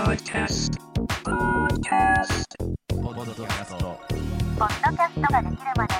Podcast ポッドキャストができるまで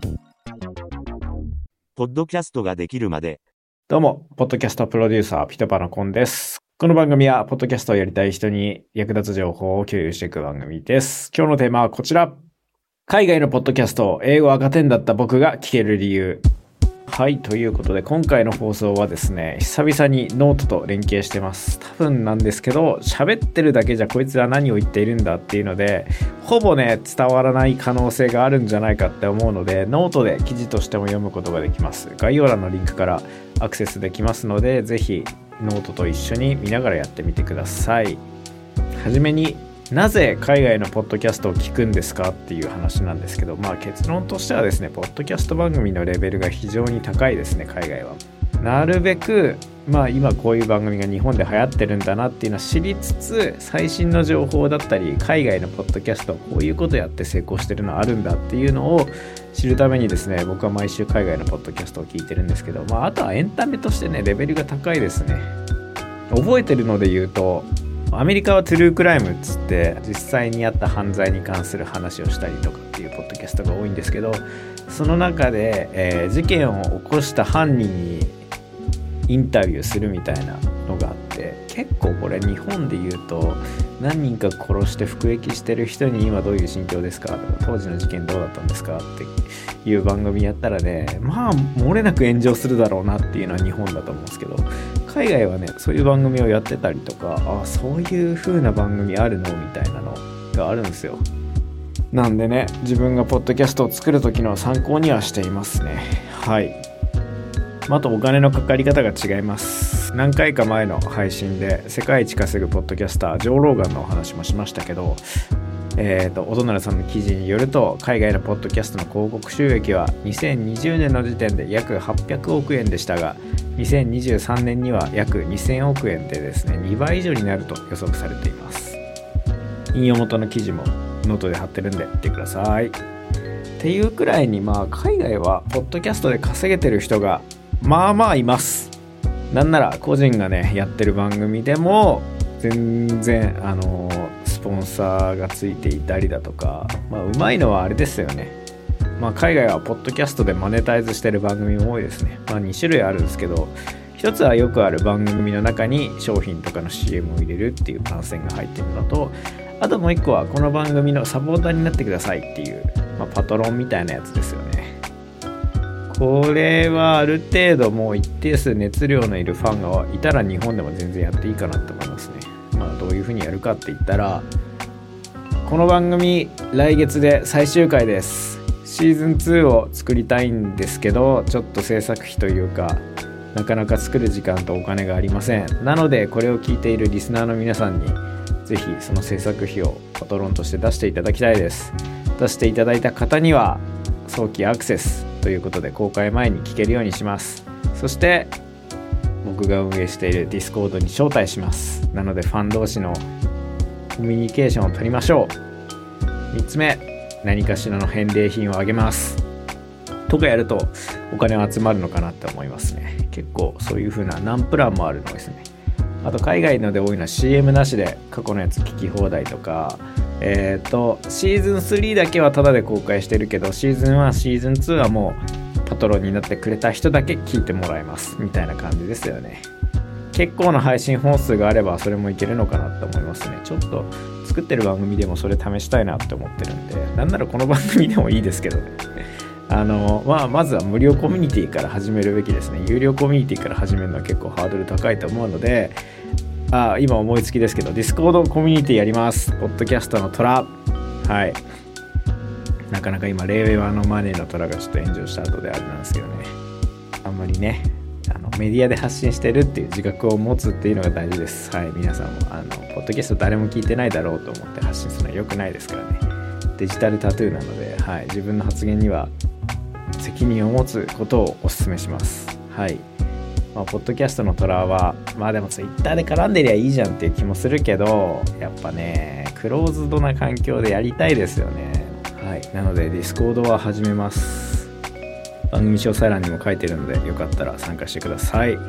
ポッドキャストができるまで。 どうも、ポッドキャストプロデューサー、ピトパのコンです。この番組は、ポッドキャストをやりたい人に役立つ情報を共有していく番組です。今日のテーマはこちら。海外のポッドキャスト、英語赤点だった僕が聞ける理由。はい、ということで、今回の放送はですね、久々にノートと連携してます。多分なんですけど、喋ってるだけじゃこいつは何を言っているんだっていうので、ほぼね、伝わらない可能性があるんじゃないかって思うので、ノートで記事としても読むことができます。概要欄のリンクからアクセスできますので、ぜひノートと一緒に見ながらやってみてください。はじめに、なぜ海外のポッドキャストを聞くんですかっていう話なんですけど、結論としてはですね、ポッドキャスト番組のレベルが非常に高いですね、海外は。なるべく、今こういう番組が日本で流行ってるんだなっていうのは知りつつ、最新の情報だったり、海外のポッドキャスト、こういうことやって成功してるのあるんだっていうのを知るためにですね、僕は毎週海外のポッドキャストを聞いてるんですけど、あとはエンタメとしてね、レベルが高いですね。覚えてるので言うと、アメリカはトゥルークライムっつって実際にあった犯罪に関する話をしたりとかっていうポッドキャストが多いんですけど、その中で、事件を起こした犯人にインタビューするみたいなのがあって、結構これ日本で言うと何人か殺して服役してる人に今どういう心境ですかとか、当時の事件どうだったんですかっていう番組やったらね、漏れなく炎上するだろうなっていうのは日本だと思うんですけど、海外はね、そういう番組をやってたりとか、そういう風な番組あるのみたいなのがあるんですよ。なんでね、自分がポッドキャストを作る時の参考にはしていますね。はい。あとお金のかかり方が違います。何回か前の配信で世界一稼ぐポッドキャスタージョー・ローガンのお話もしましたけど、音成さんの記事によると、海外のポッドキャストの広告収益は2020年の時点で約800億円でしたが、2023年には約2000億円でですね、2倍以上になると予測されています。引用元の記事もノートで貼ってるんで見てください。っていうくらいに、海外はポッドキャストで稼げてる人がいます。なんなら個人がねやってる番組でも全然スポンサーがついていたりだとか、うまいのはあれですよね。海外はポッドキャストでマネタイズしてる番組も多いですね。2種類あるんですけど、一つはよくある番組の中に商品とかの CM を入れるっていう番宣が入ってるのと、あともう一個はこの番組のサポーターになってくださいっていう、パトロンみたいなやつですよね。これはある程度もう一定数熱量のいるファンがいたら日本でも全然やっていいかなと思いますね。どういう風にやるかって言ったら、この番組来月で最終回です。シーズン2を作りたいんですけど、ちょっと制作費というかなかなか作る時間とお金がありません。なのでこれを聞いているリスナーの皆さんにぜひその制作費をパトロンとして出していただきたいです。出していただいた方には早期アクセスということで公開前に聞けるようにします。そして僕が運営している Discord に招待します。なのでファン同士のコミュニケーションを取りましょう。3つ目、何かしらの返礼品をあげますとかやるとお金は集まるのかなって思いますね。結構そういう風な何プランもあるのですね。あと海外ので多いのは CM なしで過去のやつ聞き放題とか、シーズン3だけはタダで公開してるけど、シーズン1、シーズン2はもうパトロンになってくれた人だけ聞いてもらえますみたいな感じですよね。結構な配信本数があればそれもいけるのかなと思いますね。ちょっと作ってる番組でもそれ試したいなって思ってるんで、なんならこの番組でもいいですけどね。まずは無料コミュニティから始めるべきですね。有料コミュニティから始めるのは結構ハードル高いと思うので、今思いつきですけど、ディスコードコミュニティやります。ポッドキャストの虎。はい。なかなか今、令和のマネーの虎がちょっと炎上した後であれなんですけどね。あんまりね、メディアで発信してるっていう自覚を持つっていうのが大事です。はい。皆さんも、ポッドキャスト誰も聞いてないだろうと思って発信するのは良くないですからね。デジタルタトゥーなので、はい。自分の発言には責任を持つことをお勧めします。はい。ポッドキャストの虎はでもツイッターで絡んでりゃいいじゃんっていう気もするけど、やっぱねクローズドな環境でやりたいですよね。はい。なのでディスコードは始めます。番組詳細欄にも書いてるのでよかったら参加してください。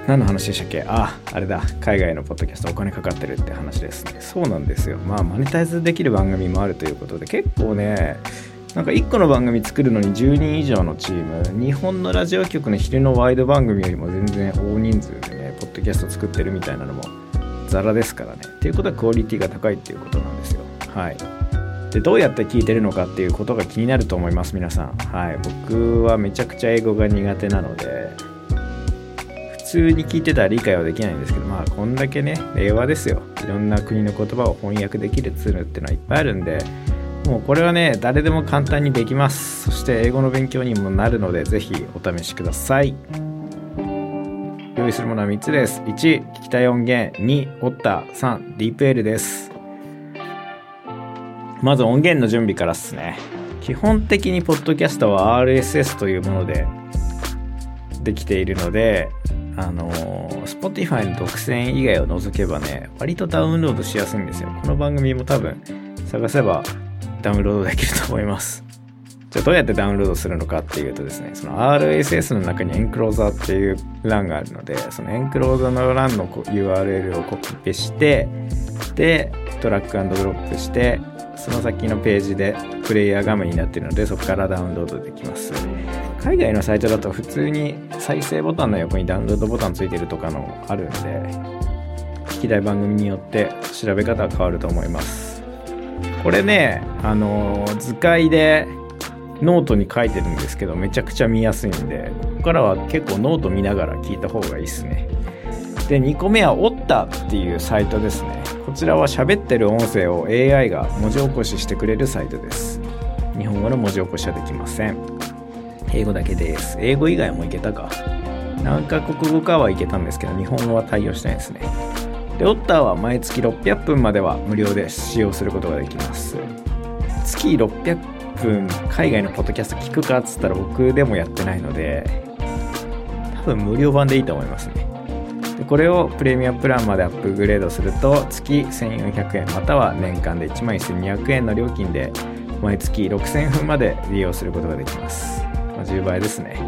何の話でしたっけ？あれだ。海外のポッドキャストお金かかってるって話ですね。そうなんですよ。マネタイズできる番組もあるということで、結構ね、なんか1個の番組作るのに10人以上のチーム、日本のラジオ局の昼のワイド番組よりも全然大人数でね、ポッドキャスト作ってるみたいなのもザラですからね。っていうことはクオリティが高いっていうことなんですよ。はい。で、どうやって聞いてるのかっていうことが気になると思います、皆さん。はい。僕はめちゃくちゃ英語が苦手なので、普通に聞いてたら理解はできないんですけど、こんだけね、令和ですよ。いろんな国の言葉を翻訳できるツールっていうのはいっぱいあるんで、もうこれはね、誰でも簡単にできます。そして英語の勉強にもなるので、ぜひお試しください。用意するものは3つです。1、聞きたい音源。2、オッター。3、ディープ L です。まず音源の準備からですね。基本的にポッドキャストは RSS というものでできているので、Spotify の独占以外を除けばね、割とダウンロードしやすいんですよ。この番組も多分探せばダウンロードできると思います。じゃあどうやってダウンロードするのかっていうとですね、その RSS の中にエンクローザーっていう欄があるので、そのエンクローザーの欄の URL をコピペして、で、ドラッグ&ドロップして、その先のページでプレイヤー画面になっているので、そこからダウンロードできます。海外のサイトだと普通に再生ボタンの横にダウンロードボタンついてるとかのあるんで、聞きたい番組によって調べ方は変わると思います。これね、図解でノートに書いてるんですけど、めちゃくちゃ見やすいんで、ここからは結構ノート見ながら聞いた方がいいですね。で、2個目はオッタっていうサイトですね。こちらは喋ってる音声を AI が文字起こししてくれるサイトです。日本語の文字起こしはできません。英語だけです。英語以外もいけたか。何カ国語かはいけたんですけど、日本語は対応してないですね。で、オッタは毎月600分までは無料で使用することができます。月600分海外のポッドキャスト聞くかっつったら僕でもやってないので、多分無料版でいいと思いますね。で、これをプレミアムプランまでアップグレードすると月1400円または年間で11,200円の料金で毎月6000分まで利用することができます。10倍ですね。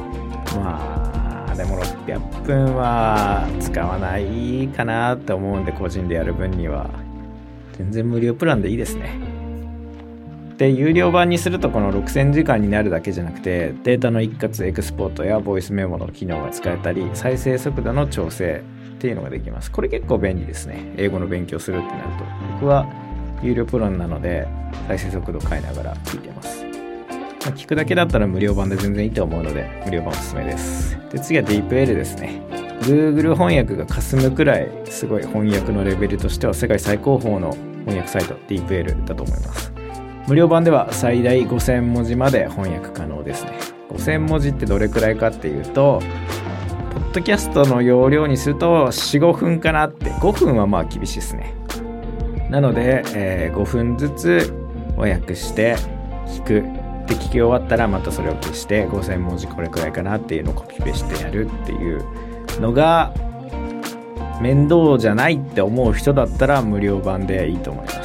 でも600分は使わないかなって思うんで、個人でやる分には全然無料プランでいいですね。で、有料版にするとこの6000時間になるだけじゃなくて、データの一括エクスポートやボイスメモの機能が使えたり、再生速度の調整っていうのができます。これ結構便利ですね。英語の勉強するってなると。僕は有料プランなので再生速度変えながら聞いてます。聞くだけだったら無料版で全然いいと思うので、無料版おすすめです。で、次は DeepL ですね。Google 翻訳が霞むくらいすごい翻訳のレベルとしては世界最高峰の翻訳サイト DeepL だと思います。無料版では最大5000文字まで翻訳可能ですね。5000文字ってどれくらいかっていうと、ポッドキャストの容量にすると 4,5 分かなって。5分は厳しいですね。なので、5分ずつ和訳して聞く。で、聞き終わったらまたそれを消して5000文字これくらいかなっていうのをコピペしてやるっていうのが面倒じゃないって思う人だったら無料版でいいと思います。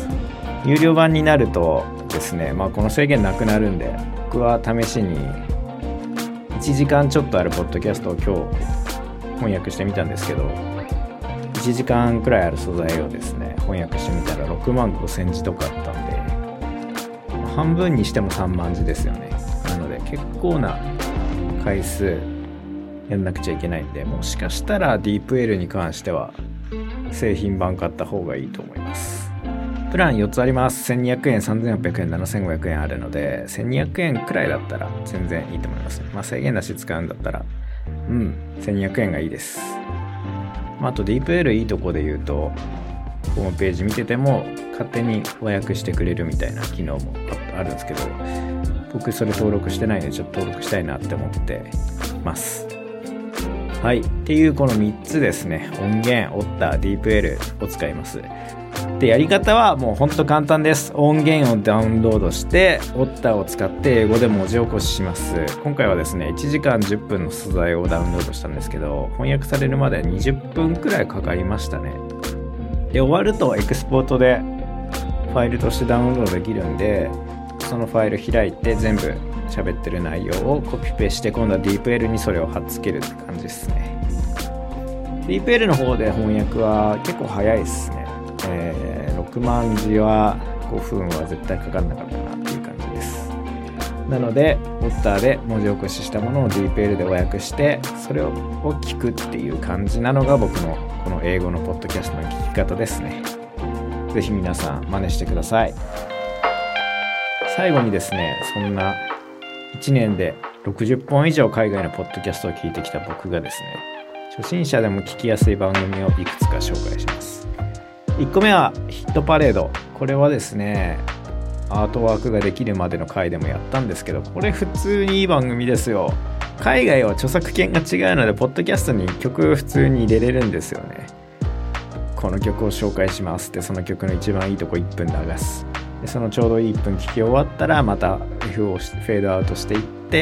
有料版になるとですね、この制限なくなるんで、僕は試しに1時間ちょっとあるポッドキャストを今日翻訳してみたんですけど、1時間くらいある素材をですね翻訳してみたら65,000字とかあったんで、半分にしても3万字ですよね。なので結構な回数やんなくちゃいけないんで、もしかしたら DeepL に関しては製品版買った方がいいと思います。プラン4つあります。1200円、3800円、7500円あるので、1200円くらいだったら全然いいと思います。制限なし使うんだったら1200円がいいです。あと DeepL いいとこで言うと、ホームページ見てても勝手に和訳してくれるみたいな機能もあるんですけど、僕それ登録してないのでちょっと登録したいなって思ってます。はい、っていうこの3つですね。音源、オッター、DeepLを使います。で、やり方はもうほんと簡単です。音源をダウンロードしてオッターを使って英語で文字起こしします。今回はですね1時間10分の素材をダウンロードしたんですけど、翻訳されるまで20分くらいかかりましたね。で、終わるとエクスポートでファイルとしてダウンロードできるんで、そのファイル開いて全部喋ってる内容をコピペして、今度は DeepL にそれを貼っつけるって感じですね。 DeepL の方で翻訳は結構早いですね。6万字は5分は絶対かかんなかったなっていう感じです。なので、オッターで文字起こししたものを DeepL で和訳して、それを聞くっていう感じなのが僕のこの英語のポッドキャストの聞き方ですね。ぜひ皆さん真似してください。最後にですね、そんな1年で60本以上海外のポッドキャストを聞いてきた僕がですね、初心者でも聞きやすい番組をいくつか紹介します。1個目はヒットパレード。これはですね、アートワークができるまでの回でもやったんですけど、これ普通にいい番組ですよ。海外は著作権が違うので、ポッドキャストに曲普通に入れれるんですよね。この曲を紹介しますって、その曲の一番いいとこ1分流す。でそのちょうどいい1分聞き終わったら、また F をフェードアウトしていって、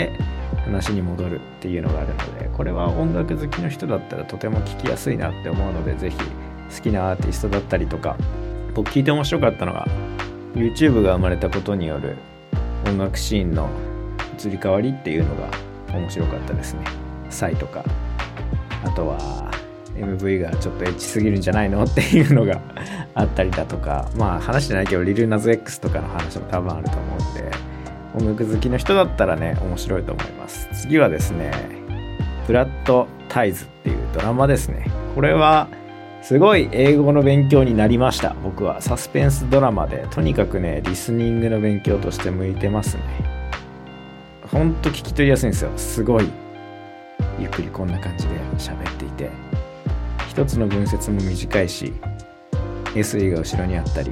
話に戻るっていうのがあるので、これは音楽好きの人だったらとても聞きやすいなって思うので、ぜひ好きなアーティストだったりとか、僕聞いて面白かったのが YouTube が生まれたことによる音楽シーンの移り変わりっていうのが面白かったですね。サイとか、あとは MV がちょっとエッチすぎるんじゃないのっていうのがあったりだとか、まあ話してないけどリルナズ X とかの話も多分あると思うんで、音楽好きの人だったらね、面白いと思います。次はですね、ブラッドタイズっていうドラマですね。これはすごい英語の勉強になりました。僕はサスペンスドラマで、とにかくね、リスニングの勉強として向いてますね。ほんと聞き取りやすいんですよ。すごいゆっくりこんな感じで喋っていて、一つの文節も短いし、SE が後ろにあったり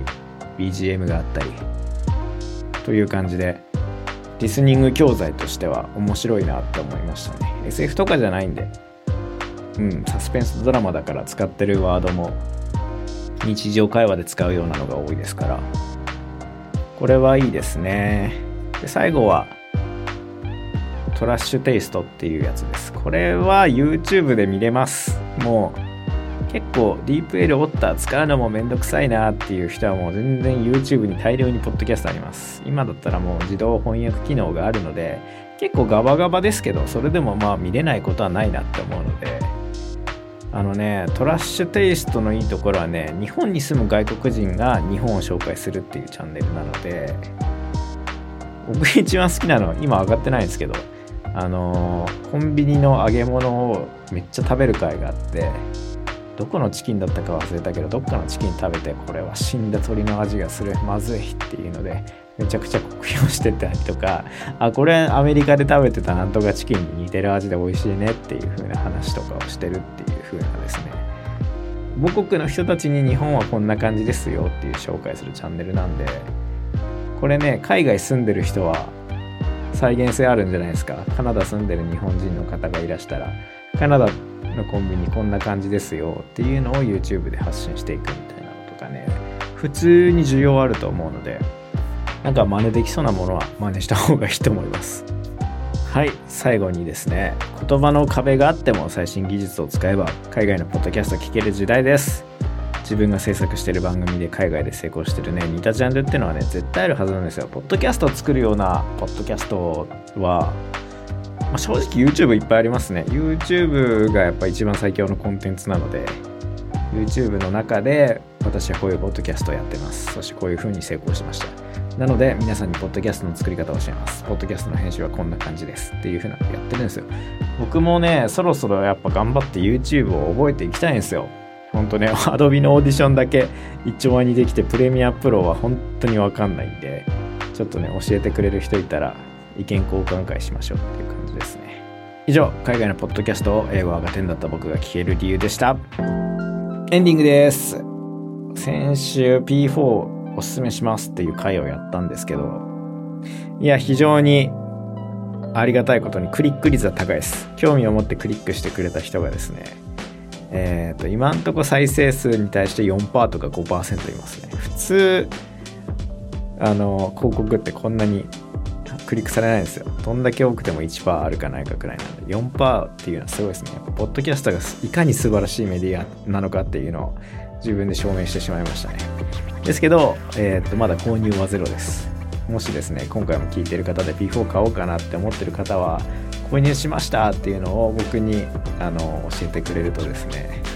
BGM があったりという感じで、リスニング教材としては面白いなって思いましたね。 SF とかじゃないんで、サスペンスドラマだから使ってるワードも日常会話で使うようなのが多いですから、これはいいですね。で、最後はトラッシュテイストっていうやつです。これは YouTube で見れます。もう結構 DeepL オッター使うのもめんどくさいなっていう人はもう全然 YouTube に大量にポッドキャストあります。今だったらもう自動翻訳機能があるので、結構ガバガバですけど、それでもまあ見れないことはないなって思うので、トラッシュテイストのいいところはね、日本に住む外国人が日本を紹介するっていうチャンネルなので、僕一番好きなのは、今上がってないんですけど、コンビニの揚げ物をめっちゃ食べる回があって、どこのチキンだったか忘れたけど、どっかのチキン食べて、これは死んだ鶏の味がする、まずいっていうのでめちゃくちゃ酷評してたりとか、これアメリカで食べてたなんとかチキンに似てる味で美味しいねっていう風な話とかをしてるっていう風なですね、母国の人たちに日本はこんな感じですよっていう紹介するチャンネルなんで、これね、海外住んでる人は再現性あるんじゃないですか。カナダ住んでる日本人の方がいらしたら、カナダのコンビニこんな感じですよっていうのを YouTube で発信していくみたいなのとかね、普通に需要あると思うので、なんか真似できそうなものは真似した方がいいと思います。はい、最後にですね、言葉の壁があっても最新技術を使えば海外のポッドキャスト聞ける時代です。自分が制作している番組で海外で成功してるね、似たジャンルっていうのはね、絶対あるはずなんですよ。ポッドキャストを作るようなポッドキャストは、正直 YouTube いっぱいありますね。YouTube がやっぱ一番最強のコンテンツなので、YouTube の中で私はこういうポッドキャストをやってます。そしてこういう風に成功しました。なので皆さんにポッドキャストの作り方を教えます。ポッドキャストの編集はこんな感じですっていう風なのをやってるんですよ。僕もね、そろそろやっぱ頑張って YouTube を覚えていきたいんですよ。ほんとね、Adobe のオーディションだけ一丁前にできて、プレミアプロは本当にわかんないんで、ちょっとね、教えてくれる人いたら意見交換会しましょうっていう感じですね。以上、海外のポッドキャストを英語赤点だった僕が聞ける理由でした。エンディングです。先週 P4 おすすめしますっていう回をやったんですけど、いや、非常にありがたいことにクリック率は高いです。興味を持ってクリックしてくれた人がですね、今んとこ再生数に対して 4% とか 5% いますね。普通広告ってこんなにクリックされないんですよ。どんだけ多くても 1% あるかないかくらいなんで、 4% っていうのはすごいですね。ポッドキャストがいかに素晴らしいメディアなのかっていうのを自分で証明してしまいましたね。ですけど、まだ購入はゼロです。もしですね、今回も聞いてる方で P4 買おうかなって思ってる方は、購入しましたっていうのを僕に教えてくれるとですね、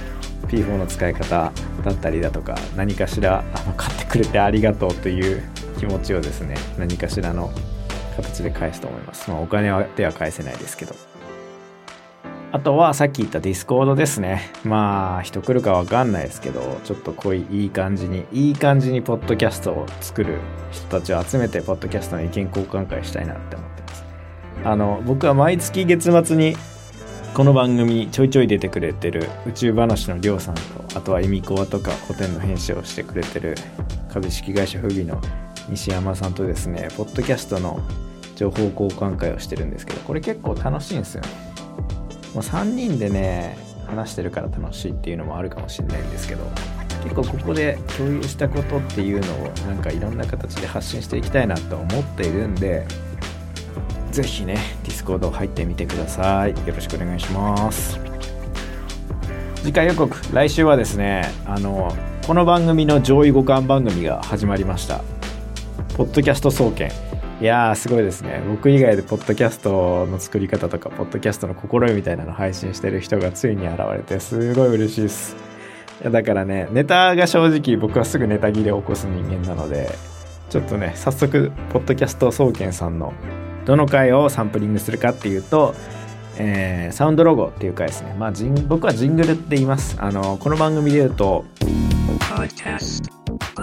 P4 の使い方だったりだとか、何かしら買ってくれてありがとうという気持ちをですね、何かしらの形で返すと思います。お金では返せないですけど。あとはさっき言ったディスコードですね。人来るかわかんないですけど、ちょっといい感じにポッドキャストを作る人たちを集めて、ポッドキャストの意見交換会したいなって思ってます。僕は毎月月末にこの番組ちょいちょい出てくれてる宇宙話のりょうさんと、あとはイミコアとか古典の編集をしてくれてる株式会社フギの西山さんとですね、ポッドキャストの情報交換会をしてるんですけど、これ結構楽しいんですよ。3人でね話してるから楽しいっていうのもあるかもしれないんですけど、結構ここで共有したことっていうのをなんかいろんな形で発信していきたいなと思っているんで、ぜひねディスコード入ってみてください。よろしくお願いします。次回予告、来週はですねこの番組の上位互換番組が始まりました。ポッドキャスト総研。いやーすごいですね。僕以外でポッドキャストの作り方とかポッドキャストの心得みたいなの配信してる人がついに現れて、すごい嬉しいです。いやだからね、ネタが正直僕はすぐネタ切れを起こす人間なので、ちょっとね早速ポッドキャスト総研さんのどの回をサンプリングするかっていうと、サウンドロゴっていう回ですね。僕はジングルって言います。この番組で言うとポッドキャスト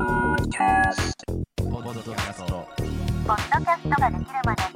ができるまで。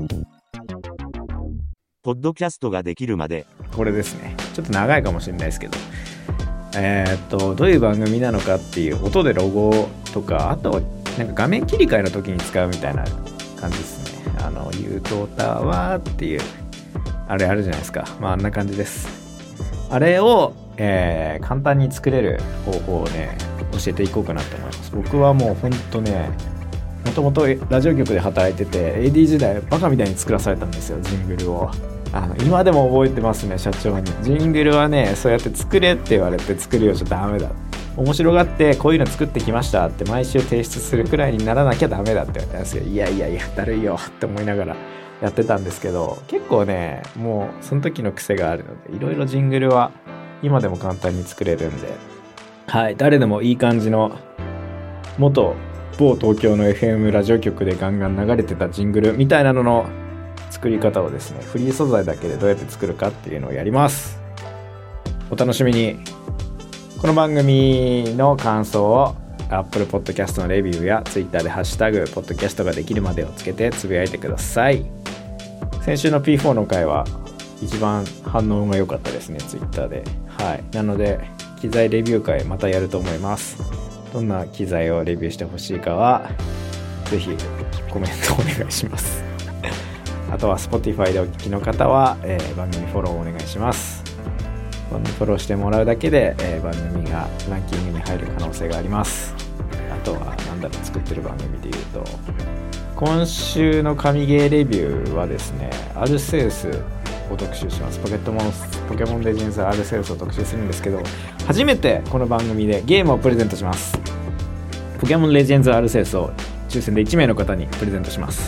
ポッドキャストができるまで。 これですね。ちょっと長いかもしれないですけど、どういう番組なのかっていう音でロゴとか、あとなんか画面切り替えの時に使うみたいな感じですね。ユートタワーっていうあれあるじゃないですか。あんな感じです。あれを、簡単に作れる方法をね教えていこうかなと思います。僕はもうほんとね、もともとラジオ局で働いてて AD 時代バカみたいに作らされたんですよ、ジングルを。今でも覚えてますね、社長に。ジングルはねそうやって作れって言われて作るようじゃダメだ、面白がってこういうの作ってきましたって毎週提出するくらいにならなきゃダメだって言われたんですけど、いやだるいよって思いながらやってたんですけど、結構ねもうその時の癖があるので、いろいろジングルは今でも簡単に作れるんで、はい、誰でもいい感じの元某東京の FM ラジオ局でガンガン流れてたジングルみたいなのの作り方をですね、フリー素材だけでどうやって作るかっていうのをやります。お楽しみに。この番組の感想を Apple Podcast のレビューや Twitter でハッシュタグポッドキャストができるまでをつけてつぶやいてください。先週の P4 の回は一番反応が良かったですね、Twitter で。はい。なので機材レビュー会またやると思います。どんな機材をレビューしてほしいかはぜひコメントお願いします。あとは Spotify でお聞きの方は、番組フォローお願いします。番組フォローしてもらうだけで、番組がランキングに入る可能性があります。あとは作ってる番組で言うと、今週の神ゲーレビューはですね、アルセウスを特集します。ポケモンレジェンズアルセウスを特集するんですけど、初めてこの番組でゲームをプレゼントします。ポケモンレジェンズアルセウスを抽選で1名の方にプレゼントします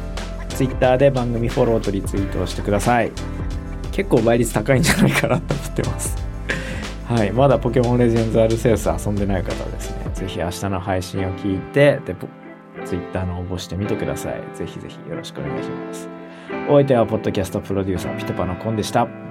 。Twitter で番組フォローとリツイートをしてください。結構倍率高いんじゃないかなと思ってます。はい、まだポケモンレジェンズアルセウス遊んでない方はですね、ぜひ明日の配信を聞いて、でTwitter の応募してみてください。ぜひぜひよろしくお願いします。お相手はポッドキャストプロデューサーピトパのコンでした。